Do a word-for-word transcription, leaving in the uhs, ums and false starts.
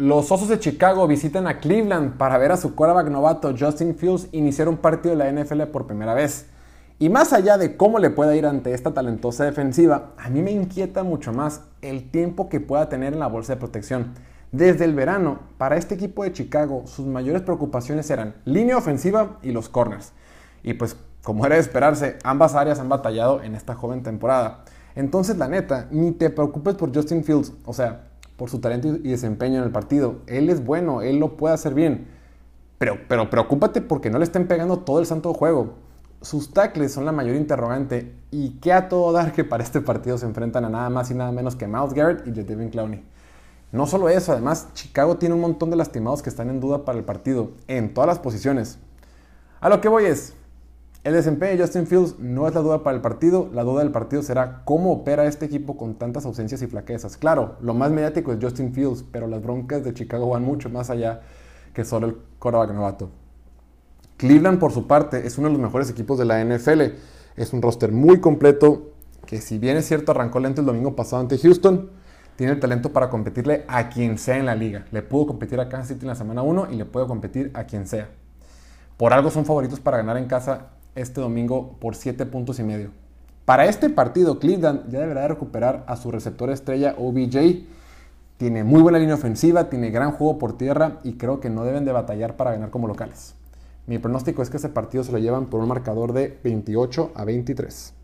Los Osos de Chicago visitan a Cleveland para ver a su quarterback novato Justin Fields iniciar un partido de la N F L por primera vez. Y más allá de cómo le pueda ir ante esta talentosa defensiva, a mí me inquieta mucho más el tiempo que pueda tener en la bolsa de protección. Desde el verano, para este equipo de Chicago, sus mayores preocupaciones eran línea ofensiva y los corners. Y pues, como era de esperarse, ambas áreas han batallado en esta joven temporada. Entonces, la neta, ni te preocupes por Justin Fields, o sea, por su talento y desempeño en el partido. Él es bueno, él lo puede hacer bien. Pero, pero preocúpate porque no le estén pegando todo el santo juego. Sus tackles son la mayor interrogante y qué a todo dar que para este partido se enfrentan a nada más y nada menos que Myles Garrett y Jadeveon Clowney. No solo eso, además Chicago tiene un montón de lastimados que están en duda para el partido, en todas las posiciones. A lo que voy es, el desempeño de Justin Fields no es la duda para el partido, la duda del partido será cómo opera este equipo con tantas ausencias y flaquezas. Claro, lo más mediático es Justin Fields, pero las broncas de Chicago van mucho más allá que solo el quarterback novato. Cleveland, por su parte, es uno de los mejores equipos de la N F L. Es un roster muy completo que, si bien es cierto, arrancó lento el domingo pasado ante Houston, tiene el talento para competirle a quien sea en la liga. Le pudo competir a Kansas City en la semana uno y le puede competir a quien sea. Por algo son favoritos para ganar en casa este domingo por siete puntos y medio. Para este partido, Cleveland ya deberá de recuperar a su receptor estrella O B J. Tiene muy buena línea ofensiva, tiene gran juego por tierra y creo que no deben de batallar para ganar como locales. Mi pronóstico es que ese partido se lo llevan por un marcador de veintiocho a veintitrés.